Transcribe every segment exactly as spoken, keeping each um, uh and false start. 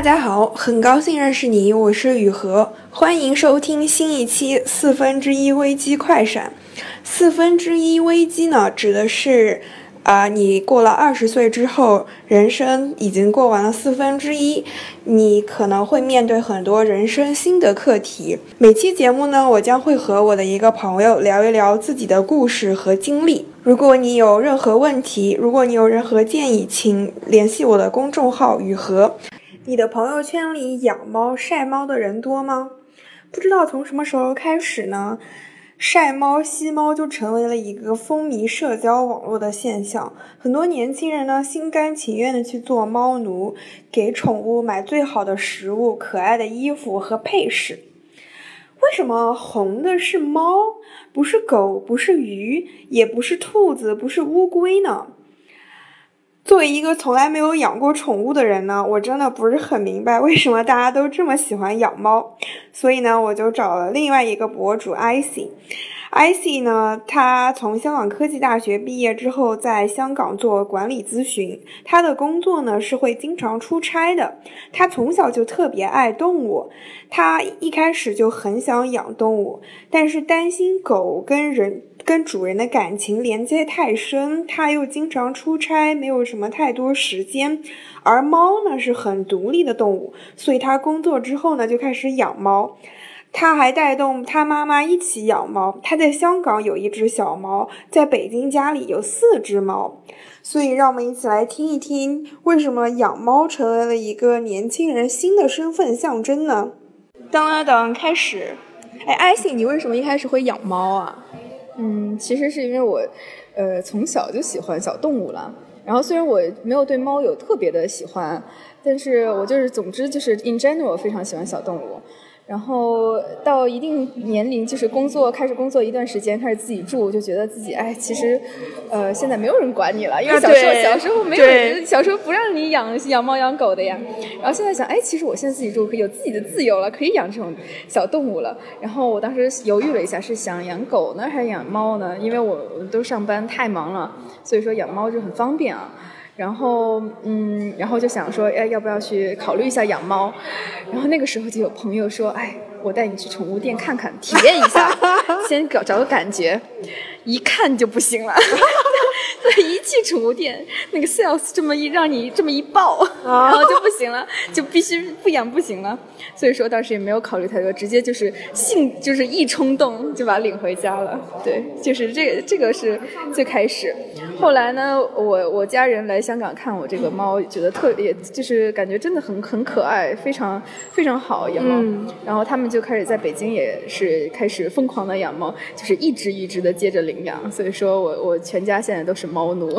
家好，很高兴认识你，我是雨禾，欢迎收听新一期四分之一危机快闪。四分之一危机呢，指的是啊、呃，你过了二十岁之后，人生已经过完了四分之一，你可能会面对很多人生新的课题。每期节目呢，我将会和我的一个朋友聊一聊自己的故事和经历。如果你有任何问题，如果你有任何建议，请联系我的公众号雨禾。你的朋友圈里养猫晒猫的人多吗？不知道从什么时候开始呢，晒猫吸猫就成为了一个风靡社交网络的现象。很多年轻人呢，心甘情愿的去做猫奴，给宠物买最好的食物、可爱的衣服和配饰。为什么红的是猫，不是狗，不是鱼，也不是兔子，不是乌龟呢？作为一个从来没有养过宠物的人呢，我真的不是很明白为什么大家都这么喜欢养猫。所以呢，我就找了另外一个博主 Icy。Icy 呢，他从香港科技大学毕业之后，在香港做管理咨询。他的工作呢是会经常出差的。他从小就特别爱动物，他一开始就很想养动物，但是担心狗跟人跟主人的感情连接太深，他又经常出差，没有什么太多时间。而猫呢是很独立的动物，所以他工作之后呢就开始养猫。他还带动他妈妈一起养猫，他在香港有一只小猫，在北京家里有四只猫。所以让我们一起来听一听，为什么养猫成为了一个年轻人新的身份象征呢？当当当，开始。哎，艾信，你为什么一开始会养猫啊？ 嗯，其实是因为我，呃，从小就喜欢小动物了。然后虽然我没有对猫有特别的喜欢，但是我就是总之就是 in general 非常喜欢小动物。然后到一定年龄，就是工作开始工作一段时间，开始自己住，就觉得自己哎，其实，呃，现在没有人管你了，因为小时候、啊、小时候没有人，小时候不让你养养猫养狗的呀。然后现在想，哎，其实我现在自己住，可以有自己的自由了，可以养这种小动物了。然后我当时犹豫了一下，是想养狗呢，还是养猫呢？因为我都上班太忙了，所以说养猫就很方便啊。然后，嗯，然后就想说，哎，要不要去考虑一下养猫？然后那个时候就有朋友说，哎，我带你去宠物店看看，体验一下，先找找个感觉。一看就不行了，对，一去宠物店，那个 sales 这么一让你这么一抱，然后就不行了，就必须不养不行了。所以说当时也没有考虑太多，直接就是性就是一冲动就把它领回家了。对，就是这个这个是最开始。后来呢，我我家人来香港看我这个猫，觉得特别就是感觉真的很很可爱，非常非常好养猫、嗯。然后他们就开始在北京也是开始疯狂的养猫，就是一只一只的接着领养。所以说我我全家现在都是猫奴。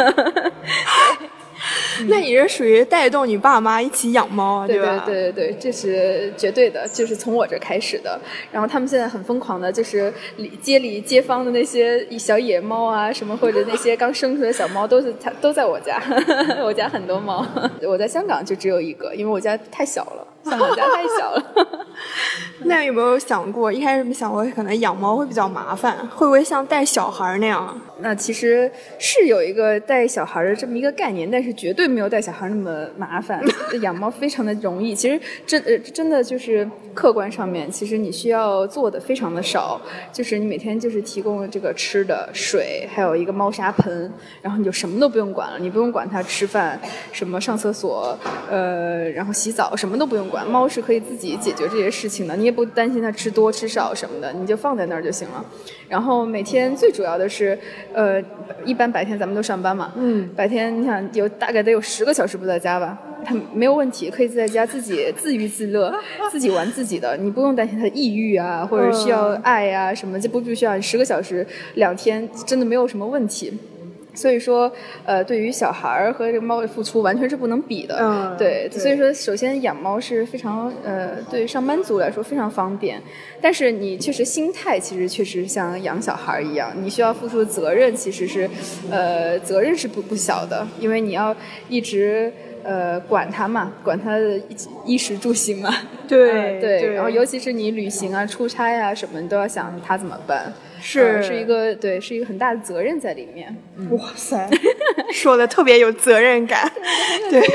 那你是属于带动你爸妈一起养猫啊， 对吧？ 对对对对，这是绝对的，就是从我这开始的。然后他们现在很疯狂的，就是街里街坊的那些小野猫啊，什么或者那些刚生出来的小猫，都是它都在我家。我家很多猫，我在香港就只有一个，因为我家太小了。香港家太小了。 那有没有想过，一开始没想过可能养猫会比较麻烦，会不会像带小孩那样？ 那其实是有一个带小孩的这么一个概念，但是绝对没有带小孩那么麻烦。养猫非常的容易，其实真呃真的就是客观上面，其实你需要做的非常的少，就是你每天就是提供这个吃的、水，还有一个猫砂盆，然后你就什么都不用管了，你不用管它吃饭、什么上厕所，呃，然后洗澡，什么都不用管。猫是可以自己解决这些事情的，你也不担心它吃多吃少什么的，你就放在那儿就行了。然后每天最主要的是，呃，一般白天咱们都上班嘛，嗯，白天你想有大概得有十个小时不在家吧，它没有问题，可以在家自己自娱自乐，自己玩自己的，你不用担心它抑郁啊，或者需要爱啊什么，就不必须要十个小时两天，真的没有什么问题。所以说，呃，对于小孩和这个猫的付出完全是不能比的。嗯，对，对，所以说，首先养猫是非常，呃，对上班族来说非常方便。但是你确实心态其实确实像养小孩一样，你需要付出的责任其实是，呃，责任是不不小的，因为你要一直。呃，管它嘛，管它的衣食住行嘛， 对、 呃、对, 对，然后尤其是你旅行啊、出差啊什么，你都要想它怎么办， 是、 呃、是一个对，是一个很大的责任在里面。 嗯、哇塞，说的特别有责任感，对，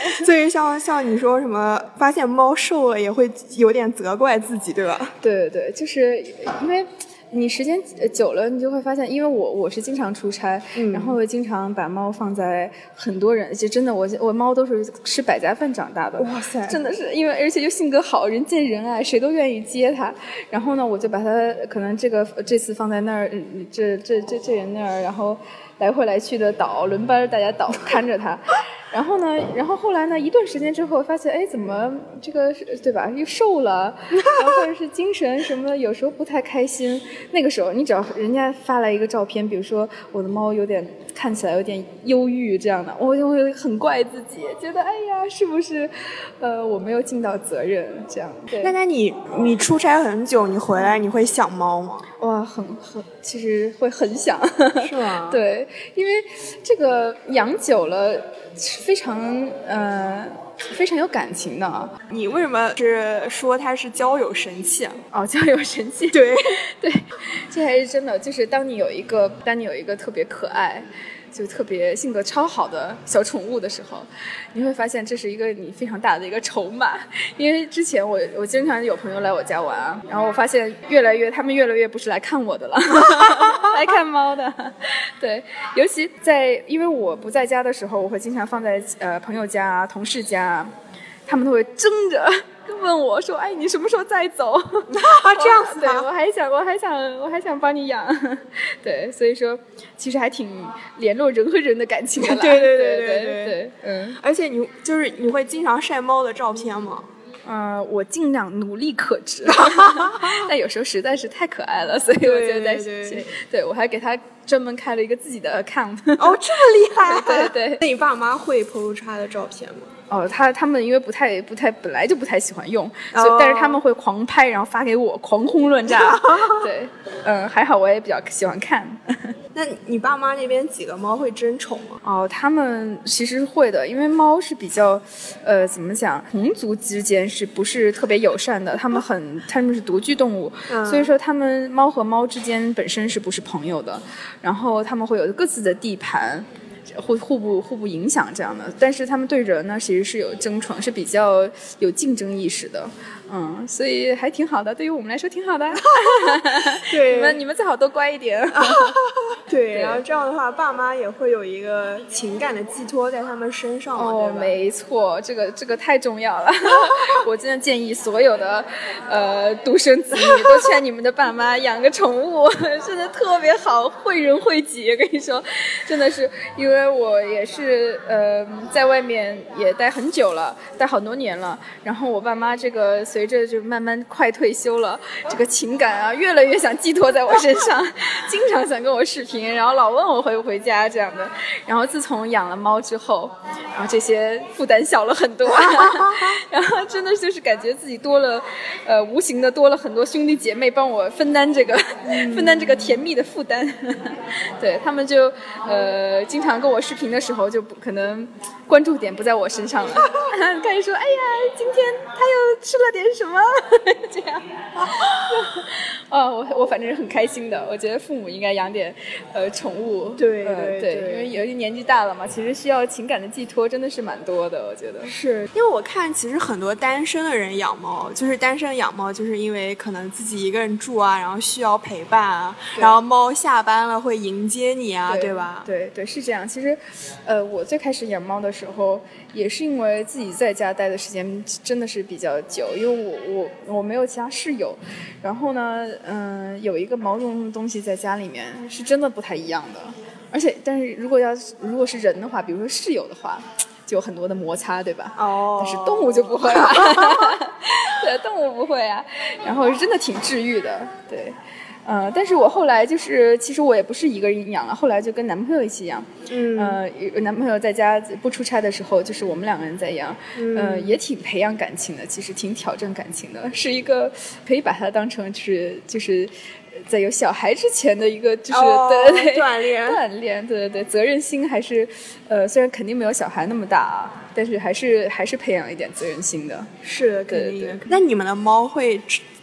所以像像你说什么发现猫瘦了也会有点责怪自己，对吧？ 对对，就是因为你时间久了，你就会发现，因为我我是经常出差，嗯、然后会经常把猫放在很多人，就真的我我猫都是吃百家饭长大的， 哇塞， 真的是因为而且又性格好，人见人爱，谁都愿意接它。然后呢，我就把它可能这个这次放在那儿，这这这这人那儿，然后来回来去的倒，轮班大家倒看着它。然后呢，然后后来呢，一段时间之后发现，哎，怎么这个对吧，又瘦了，然后或者是精神什么的，有时候不太开心。那个时候，你只要人家发来一个照片，比如说我的猫有点看起来有点忧郁这样的，我就会很怪自己，觉得哎呀，是不是呃我没有尽到责任这样。对。 那那你你出差很久，你回来你会想猫吗？ 哇，很很，其实会很想， 是吗？ 对，因为这个养久了，非常呃非常有感情的。 你为什么是说它是交友神器啊？ 哦，交友神器， 对对，这还是真的。就是当你有一个，当你有一个特别可爱，就特别性格超好的小宠物的时候，你会发现这是一个你非常大的一个筹码。因为之前我我经常有朋友来我家玩，然后我发现越来越他们越来越不是来看我的了，来看猫的。对，尤其在因为我不在家的时候，我会经常放在呃朋友家啊、同事家啊，他们都会争着问我说：“哎，你什么时候再走？”啊， 这样子对，我还想，我还想，我还想帮你养。对，所以说其实还挺联络人和人的感情的啦。 对对对对对对, 对嗯。 而且你就是你会经常晒猫的照片吗？ 嗯、呃，我尽量努力克制，但有时候实在是太可爱了，所以我就在对对对对我还给他专门开了一个自己的 account。 哦，这么厉害！ 对对。 那你爸妈会 po 出他的照片吗？ 哦，他他们因为不太不太本来就不太喜欢用，所以、 哦、 但是他们会狂拍，然后发给我，狂轰乱炸。对，嗯，还好我也比较喜欢看。 那你爸妈那边几个猫会争宠吗？ 哦，他们其实会的，因为猫是比较，呃，怎么讲，同族之间是不是特别友善的？他们很，他们是独居动物，嗯、所以说他们猫和猫之间本身是不是朋友的？然后他们会有各自的地盘。互互不互不影响这样的，但是他们对人呢，其实是有争宠，是比较有竞争意识的，嗯，所以还挺好的，对于我们来说挺好的。 对， 你们你们最好都乖一点。 对，然后这样的话，爸妈也会有一个情感的寄托在他们身上嘛， 哦， 对吧？ 没错，这个这个太重要了。我真的建议所有的呃独生子女都劝你们的爸妈养个宠物，真的特别好，惠人惠己。我跟你说，真的是因为。因为我也是呃在外面也待很久了，待好多年了，然后我爸妈这个随着就慢慢快退休了，这个情感啊越来越想寄托在我身上，经常想跟我视频，然后老问我回不回家这样的。然后自从养了猫之后，然后这些负担小了很多，然后真的就是感觉自己多了，呃无形的多了很多兄弟姐妹帮我分担这个、嗯、分担这个甜蜜的负担。对，他们就呃经常跟我视频的时候就不可能关注点不在我身上了，开始说哎呀今天他又吃了点什么这样。哦，我我反正是很开心的，我觉得父母应该养点呃宠物。 对呃、 对对, 对，因为有些年纪大了嘛，其实需要情感的寄托真的是蛮多的，我觉得是因为我看其实很多单身的人养猫，就是单身养猫就是因为可能自己一个人住啊，然后需要陪伴啊，然后猫下班了会迎接你啊， 对, 对吧？ 对对，是这样。其实呃我最开始养猫的时候也是因为自己在家待的时间真的是比较久，因为我我我没有其他室友，然后呢嗯、呃、有一个毛茸茸的东西在家里面是真的不太一样的，而且但是如果要如果是人的话，比如说室友的话就有很多的摩擦，对吧？ 哦， 但是动物就不会啊。对，动物不会啊，然后是真的挺治愈的。对，呃，但是我后来就是其实我也不是一个人养了，后来就跟男朋友一起养。 嗯， 呃，男朋友在家不出差的时候，就是我们两个人在养，嗯、呃，也挺培养感情的，其实挺挑战感情的，是一个可以把它当成就是就是在有小孩之前的一个就是、 哦、 对对锻炼锻炼，对对对，责任心还是呃虽然肯定没有小孩那么大啊，但是还是还是培养一点责任心的。 是的，肯定的。那你们的猫会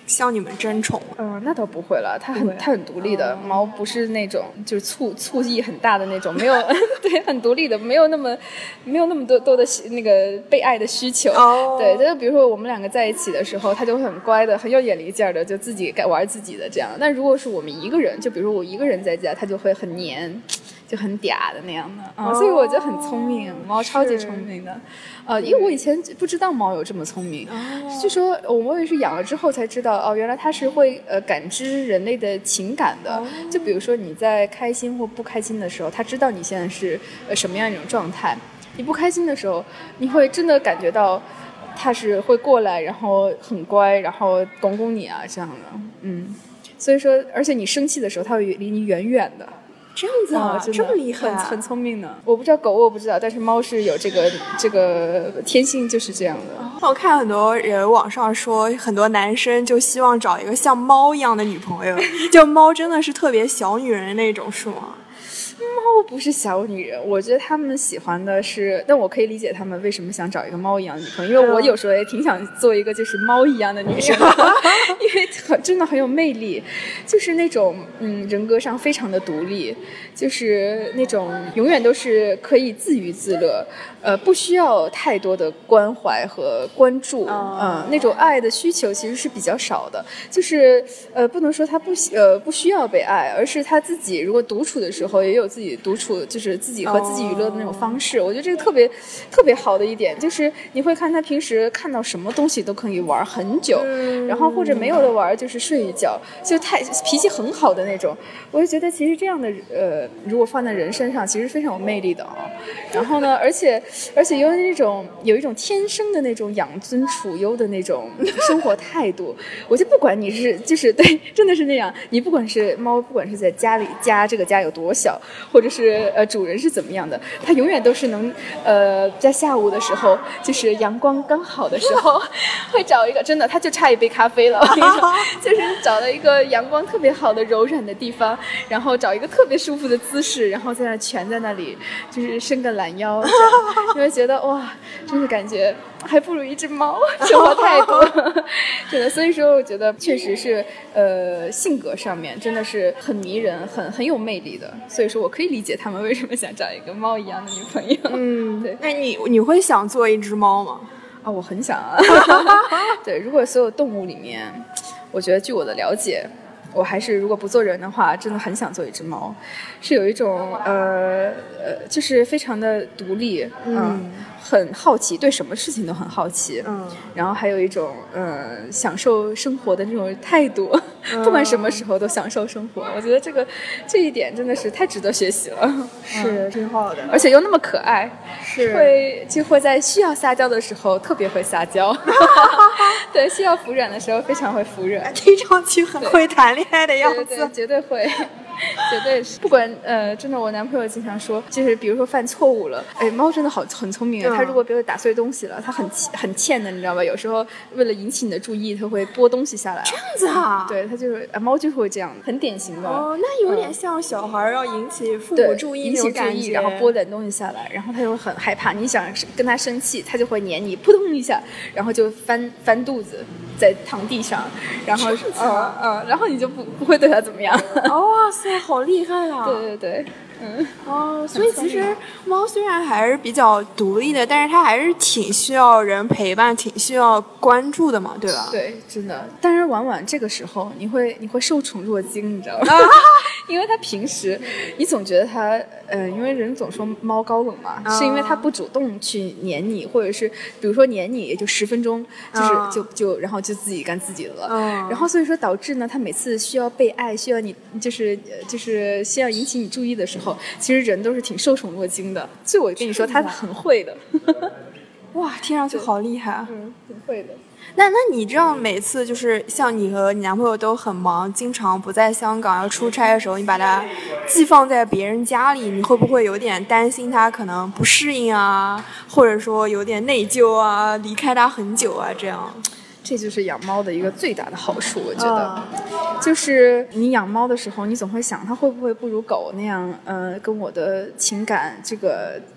向你们争宠？ 嗯、呃，那倒不会了，它很它很独立的，哦、猫不是那种就是醋醋意很大的那种，没有对，很独立的，没有那么没有那么多多的那个被爱的需求。哦、对，就比如说我们两个在一起的时候，它就会很乖的，很有眼力劲儿的，就自己该玩自己的这样。但如果是我们一个人，就比如说我一个人在家，它就会很黏。就很嗲的那样的啊、哦，所以我觉得很聪明，猫超级聪明的，呃，因为我以前不知道猫有这么聪明，哦、就说我也是养了之后才知道，哦，原来它是会呃感知人类的情感的，哦、就比如说你在开心或不开心的时候，它知道你现在是呃什么样一种状态，你不开心的时候，你会真的感觉到它是会过来，然后很乖，然后拱拱你啊这样的，嗯，所以说，而且你生气的时候，它会离你远远的。 这样子啊， 哦、 这么厉害、啊， 很很聪明呢。我不知道狗，我不知道，但是猫是有这个这个天性，就是这样的。 我看很多人网上说，很多男生就希望找一个像猫一样的女朋友，就猫真的是特别小女人那种，是吗？ 猫不是小女人，我觉得他们喜欢的是，但我可以理解他们为什么想找一个猫一样的女朋友，因为我有时候也挺想做一个就是猫一样的女生，因为很真的很有魅力，就是那种嗯人格上非常的独立，就是那种永远都是可以自娱自乐，呃，不需要太多的关怀和关注，嗯、oh. 呃，那种爱的需求其实是比较少的，就是呃不能说他不呃不需要被爱，而是他自己如果独处的时候也有自己独处，就是自己和自己娱乐的那种方式。Oh. 我觉得这个特别特别好的一点，就是你会看他平时看到什么东西都可以玩很久，嗯、然后或者没有的玩就是睡一觉，就太脾气很好的那种。我就觉得其实这样的呃，如果放在人身上，其实非常有魅力的啊。然后呢，而且而且有那种有一种天生的那种养尊处优的那种生活态度。我就不管你是就是对，真的是那样。你不管是猫，不管是在家里家这个家有多小，或者是呃主人是怎么样的，它永远都是能呃在下午的时候，就是阳光刚好的时候，会找一个真的，它就差一杯咖啡了，我跟你说，就是找了一个阳光特别好的柔软的地方，然后找一个特别舒服的姿势，然后在那蜷在那里，就是伸个懒腰，你会觉得哇，真的感觉还不如一只猫，生活态度，真的。所以说，我觉得确实是呃性格上面真的是很迷人，很很有魅力的。所以说我可以理解他们为什么想找一个猫一样的女朋友。 嗯，对。那你你会想做一只猫吗？ 啊，我很想啊。对，如果所有动物里面，我觉得据我的了解，我还是如果不做人的话，真的很想做一只猫，是有一种呃呃，就是非常的独立，嗯。嗯很好奇，对什么事情都很好奇，嗯，然后还有一种呃享受生活的那种态度，嗯、不管什么时候都享受生活。我觉得这个这一点真的是太值得学习了， 是挺好的， 而且又那么可爱， 是会就会在需要撒娇的时候特别会撒娇，对，需要服软的时候非常会服软， 听上去很会谈恋爱的样子， 对对对，绝对会。绝对是，不管呃，真的，我男朋友经常说，就是比如说犯错误了，哎，猫真的好很聪明啊。它、嗯、如果比如打碎东西了，它很很欠的，你知道吧？有时候为了引起你的注意，它会拨东西下来。 这样子啊？ 对，它就是啊，猫就是会这样，很典型的。 哦，那有点像小孩要引起父母注意那种感觉， 引起注意，然后拨点东西下来，然后它就会很害怕。你想跟它生气，它就会黏你，扑通一下，然后就翻翻肚子，在躺地上，然后嗯嗯，然后你就不不会对它怎么样。 哇塞！好厉害啊！ 对对对，嗯， 哦，所以其实猫虽然还是比较独立的，但是它还是挺需要人陪伴，挺需要关注的嘛，对吧？ 对，真的。但是往往这个时候，你会你会受宠若惊，你知道吗？因为它平时，你总觉得它，呃，因为人总说猫高冷嘛，啊、是因为它不主动去黏你，或者是比如说黏你也就十分钟，就是、啊、就就然后就自己干自己的了，啊、然后所以说导致呢，它每次需要被爱，需要你就是就是需要引起你注意的时候，其实人都是挺受宠若惊的。所以我跟你说，它很会的。 哇，听上去好厉害！ 嗯，挺会的。 那那你这样每次就是像你和你男朋友都很忙，经常不在香港要出差的时候，你把它寄放在别人家里，你会不会有点担心他可能不适应啊，或者说有点内疚啊，离开他很久啊这样？ 这就是养猫的一个最大的好处，我觉得，uh. 就是你养猫的时候，你总会想它会不会不如狗那样，呃，跟我的情感这个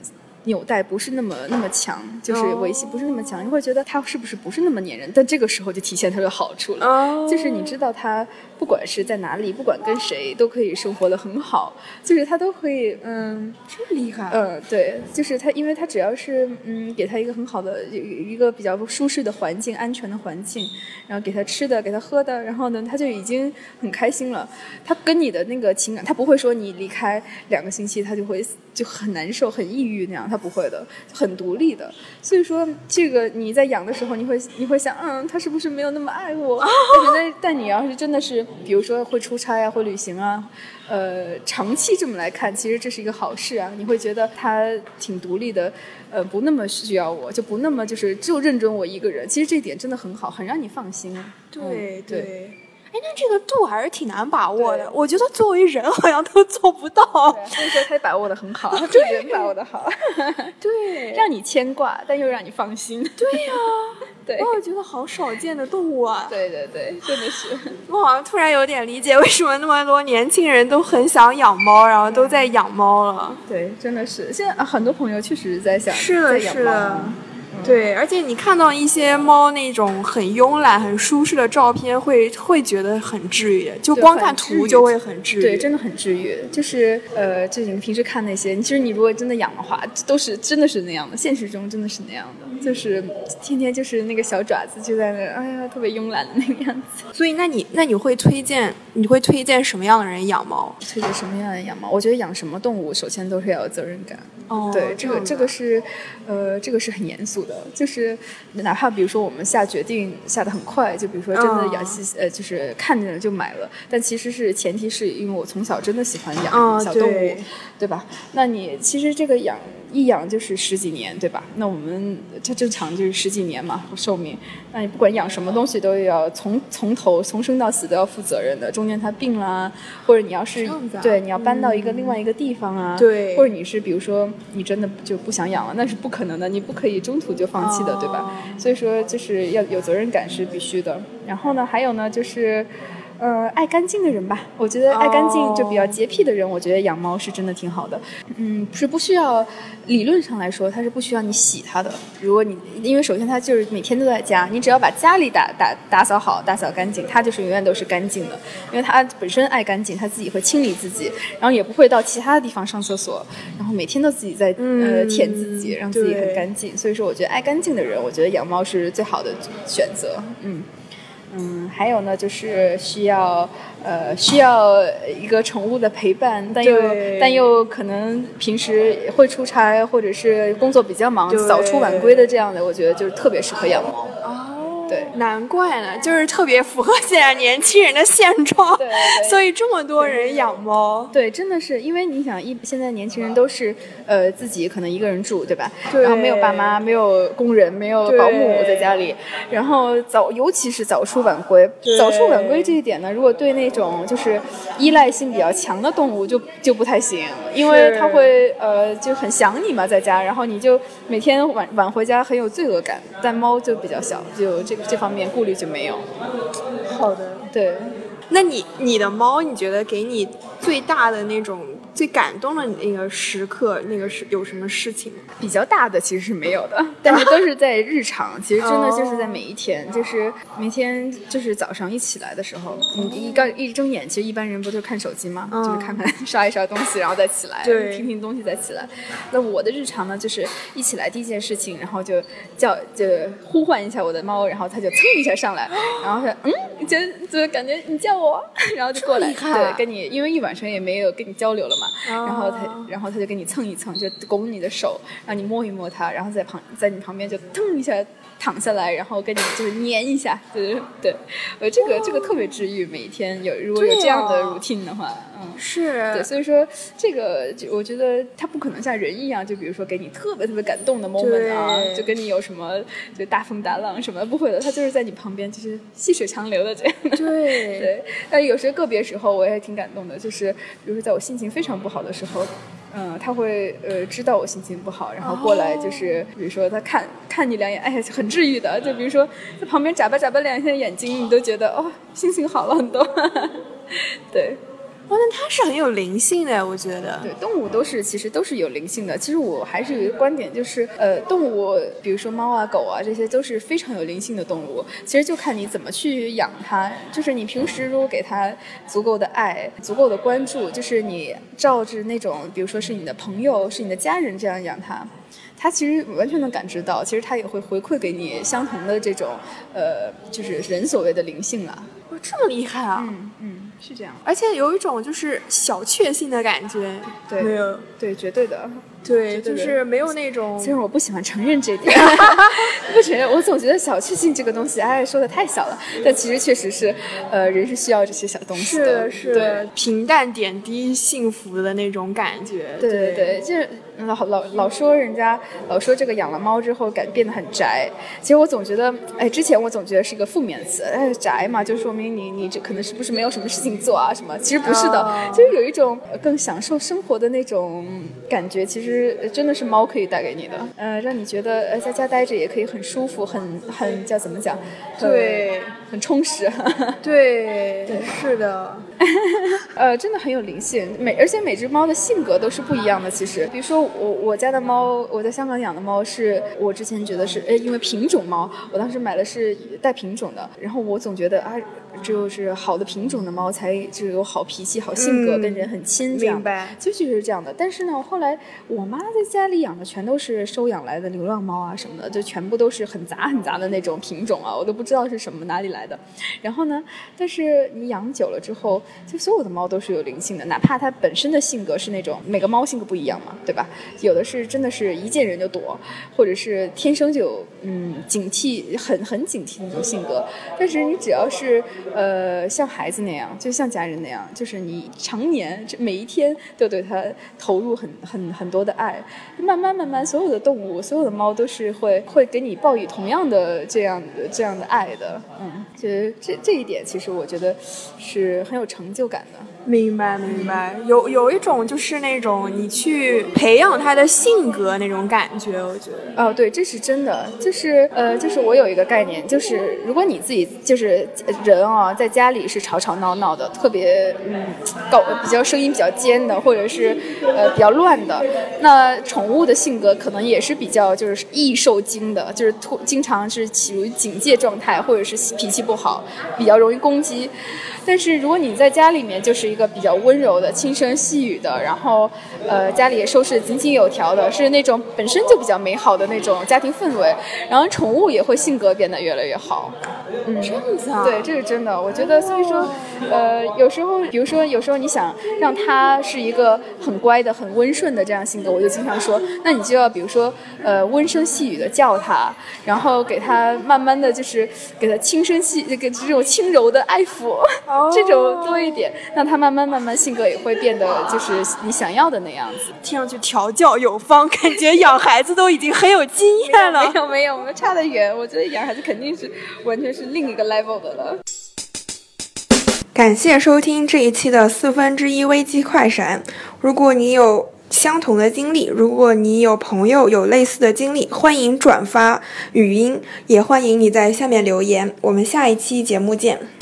纽带不是那么那么强，就是维系不是那么强，你会觉得它是不是不是那么粘人，但这个时候就体现它的好处了，哦、就是你知道它不管是在哪里，不管跟谁都可以生活的很好，就是它都可以，嗯， 这么厉害， 嗯，对，就是它，因为它只要是嗯给它一个很好的一个比较舒适的环境，安全的环境，然后给它吃的，给它喝的，然后呢，它就已经很开心了。它跟你的那个情感，它不会说你离开两个星期，它就会就很难受、很抑郁那样，它不会的，很独立的。所以说，这个你在养的时候，你会你会想，嗯，它是不是没有那么爱我？但是但你要是真的是，比如说会出差啊，会旅行啊。呃，长期这么来看，其实这是一个好事啊！你会觉得他挺独立的，呃，不那么需要我，就不那么就是就认准我一个人。其实这点真的很好，很让你放心。 对、 嗯、对。 对哎，那这个度还是挺难把握的。我觉得作为人好像都做不到。 所以说他把握的很好，他这人把握的好。 对， 让你牵挂，但又让你放心。 对呀、啊， 对， 我觉得好少见的动物啊。 对对对，真的是。 我好像突然有点理解为什么那么多年轻人都很想养猫，然后都在养猫了。 对，真的是。现在、啊、很多朋友确实在想是的， 在养猫是的。对，而且你看到一些猫那种很慵懒、很舒适的照片，会会觉得很治愈，就光看图就会很治愈。 对，真的很治愈。就是呃，就你平时看那些，其实你如果真的养的话，都是真的是那样的，现实中真的是那样的，就是天天就是那个小爪子就在那，哎呀，特别慵懒的那个样子。 所以，那你那你会推荐你会推荐什么样的人养猫？ 推荐什么样的人养猫？我觉得养什么动物，首先都是要有责任感。 哦， 对，这个这个是呃，这个是很严肃的，就是哪怕比如说我们下决定下得很快，就比如说真的养细、哦、呃，就是看着就买了，但其实是前提是因为我从小真的喜欢养小动物，哦、对, 对吧？那你其实这个养一养就是十几年，对吧？那我们它正常就是十几年嘛寿命，那你不管养什么东西都要从从头从生到死都要负责任的，中间它病啦，或者你要是、啊、对你要搬到一个、嗯、另外一个地方啊， 对， 或者你是比如说你真的就不想养了，那是不可能的，你不可以中途就放弃的，哦、对吧？所以说就是要有责任感是必须的。然后呢，还有呢就是呃，爱干净的人吧，我觉得爱干净就比较洁癖的人， oh. 我觉得养猫是真的挺好的。嗯，是不需要，理论上来说，它是不需要你洗它的。如果你因为首先它就是每天都在家，你只要把家里打打打扫好、打扫干净，它就是永远都是干净的。因为它本身爱干净，它自己会清理自己，然后也不会到其他的地方上厕所，然后每天都自己在、嗯、呃舔自己，让自己很干净。所以说，我觉得爱干净的人，我觉得养猫是最好的选择。嗯。嗯，还有呢，就是需要呃需要一个宠物的陪伴，但又但又可能平时会出差或者是工作比较忙，早出晚归的这样的，我觉得就是特别适合养猫。 哦， 对， 难怪呢，就是特别符合现在年轻人的现状， 对对， 所以这么多人养猫。 对，真的是因为你想，一现在年轻人都是呃自己可能一个人住，对吧？ 对， 然后没有爸妈，没有工人，没有保姆在家里，然后早尤其是早出晚归，早出晚归这一点呢，如果对那种就是依赖性比较强的动物就就不太行，因为它会呃就很想你嘛，在家，然后你就每天晚晚回家很有罪恶感。但猫就比较小，就这个这方面顾虑就没有。 好的， 对。 那你你的猫，你觉得给你最大的那种最感动的那个时刻，那个是有什么事情吗？ 比较大的其实是没有的，但是都是在日常。其实真的就是在每一天，哦、就是每天就是早上一起来的时候，你一刚一睁眼，其实一般人不就看手机吗？嗯、就是看看刷一刷东西，然后再起来，听听东西再起来。那我的日常呢，就是一起来第一件事情，然后就叫就呼唤一下我的猫，然后它就蹭一下上来，然后说嗯，就就感觉你叫我，然后就过来，对，跟你因为一晚上也没有跟你交流了嘛。然后他，然后他就给你蹭一蹭，就拱你的手，让你摸一摸它，然后在旁，在你旁边就腾一下躺下来，然后跟你就是黏一下，对对，呃，这个这个特别治愈。每一天有如果有这样的 routine 的话，嗯， 是对，所以说这个我觉得它不可能像人一样，就比如说给你特别特别感动的 moment 啊，就跟你有什么就大风大浪什么不会的，它就是在你旁边，就是细水长流的这样的。 对对，但有时个别时候我也挺感动的，就是比如说在我心情非常不好的时候。嗯，他会呃知道我心情不好，然后过来就是， oh. 比如说他看看你两眼，哎呀，很治愈的。就比如说在旁边眨巴眨巴两下眼睛，你都觉得哦，心情好了很多。对， 那它是很有灵性的，我觉得。 对，动物都是其实都是有灵性的。其实我还是有一个观点，就是呃，动物，比如说猫啊、狗啊，这些都是非常有灵性的动物。其实就看你怎么去养它，就是你平时如果给它足够的爱、足够的关注，就是你照着那种，比如说是你的朋友、是你的家人这样养它。他其实完全能感知到，其实他也会回馈给你相同的这种，呃，就是人所谓的灵性啊。 哦，这么厉害啊！ 嗯嗯，是这样。 而且有一种就是小确幸的感觉。 对， 没有， 对，绝对的。 对，就是没有那种。 其实我不喜欢承认这点，不承认。我总觉得小确幸这个东西，哎，说的太小了。但其实确实是，呃，人是需要这些小东西的。 是是，平淡点滴幸福的那种感觉。 对对对，就是老老老说人家老说这个养了猫之后感变得很宅。其实我总觉得，哎，之前我总觉得是一个负面词，哎，宅嘛，就说明你你这可能是不是没有什么事情做啊什么？其实不是的，哦、就是有一种更享受生活的那种感觉。其实。真的是猫可以带给你的，呃，让你觉得呃在家待着也可以很舒服，很很叫怎么讲？ 对， 很充实。 对，对，是的。 呃，真的很有灵性，每而且每只猫的性格都是不一样的。其实，比如说我我家的猫，我在香港养的猫是，我之前觉得是，呃，因为品种猫，我当时买的是带品种的，然后我总觉得啊，只有是好的品种的猫才就有好脾气、好性格，嗯、跟人很亲这样。 明白， 就就是这样的。但是呢，后来我妈在家里养的全都是收养来的流浪猫啊什么的，就全部都是很杂很杂的那种品种啊，我都不知道是什么哪里来的。然后呢，但是你养久了之后，就所有的猫都是有灵性的，哪怕它本身的性格是那种，每个猫性格不一样嘛，对吧？有的是真的是一见人就躲，或者是天生就有嗯警惕，很很警惕的那种性格。但是你只要是呃像孩子那样，就像家人那样，就是你常年每一天都对它投入很很很多的爱，慢慢慢慢，所有的动物，所有的猫都是会会给你报以同样的这样的这样的爱的。嗯，其实这这一点，其实我觉得是很有成就感的。 明白明白，有有一种就是那种你去培养他的性格那种感觉，我觉得。 哦，对，这是真的，就是呃，就是我有一个概念，就是如果你自己就是人啊，在家里是吵吵闹闹的，特别嗯高比较声音比较尖的，或者是呃比较乱的，那宠物的性格可能也是比较就是易受惊的，就是突经常是处于警戒状态，或者是脾气不好，比较容易攻击。但是如果你在家里面就是一个比较温柔的、轻声细语的，然后呃家里也收拾井井有条的，是那种本身就比较美好的那种家庭氛围，然后宠物也会性格变得越来越好。 嗯，这样子啊？ 对，这是真的。我觉得，所以说，呃，有时候，比如说，有时候你想让它是一个很乖的、很温顺的这样性格，我就经常说，那你就要比如说，呃，温声细语的叫它，然后给它慢慢的就是给它轻声细，给这种轻柔的爱抚。这种多一点，让他慢慢慢慢性格也会变得就是你想要的那样子。 听上去调教有方，感觉养孩子都已经很有经验了。 没有没有，我们差得远。我觉得养孩子肯定是完全是另一个 level 的了。 感谢收听这一期的四分之一危机快闪。如果你有相同的经历，如果你有朋友有类似的经历，欢迎转发语音，也欢迎你在下面留言。我们下一期节目见。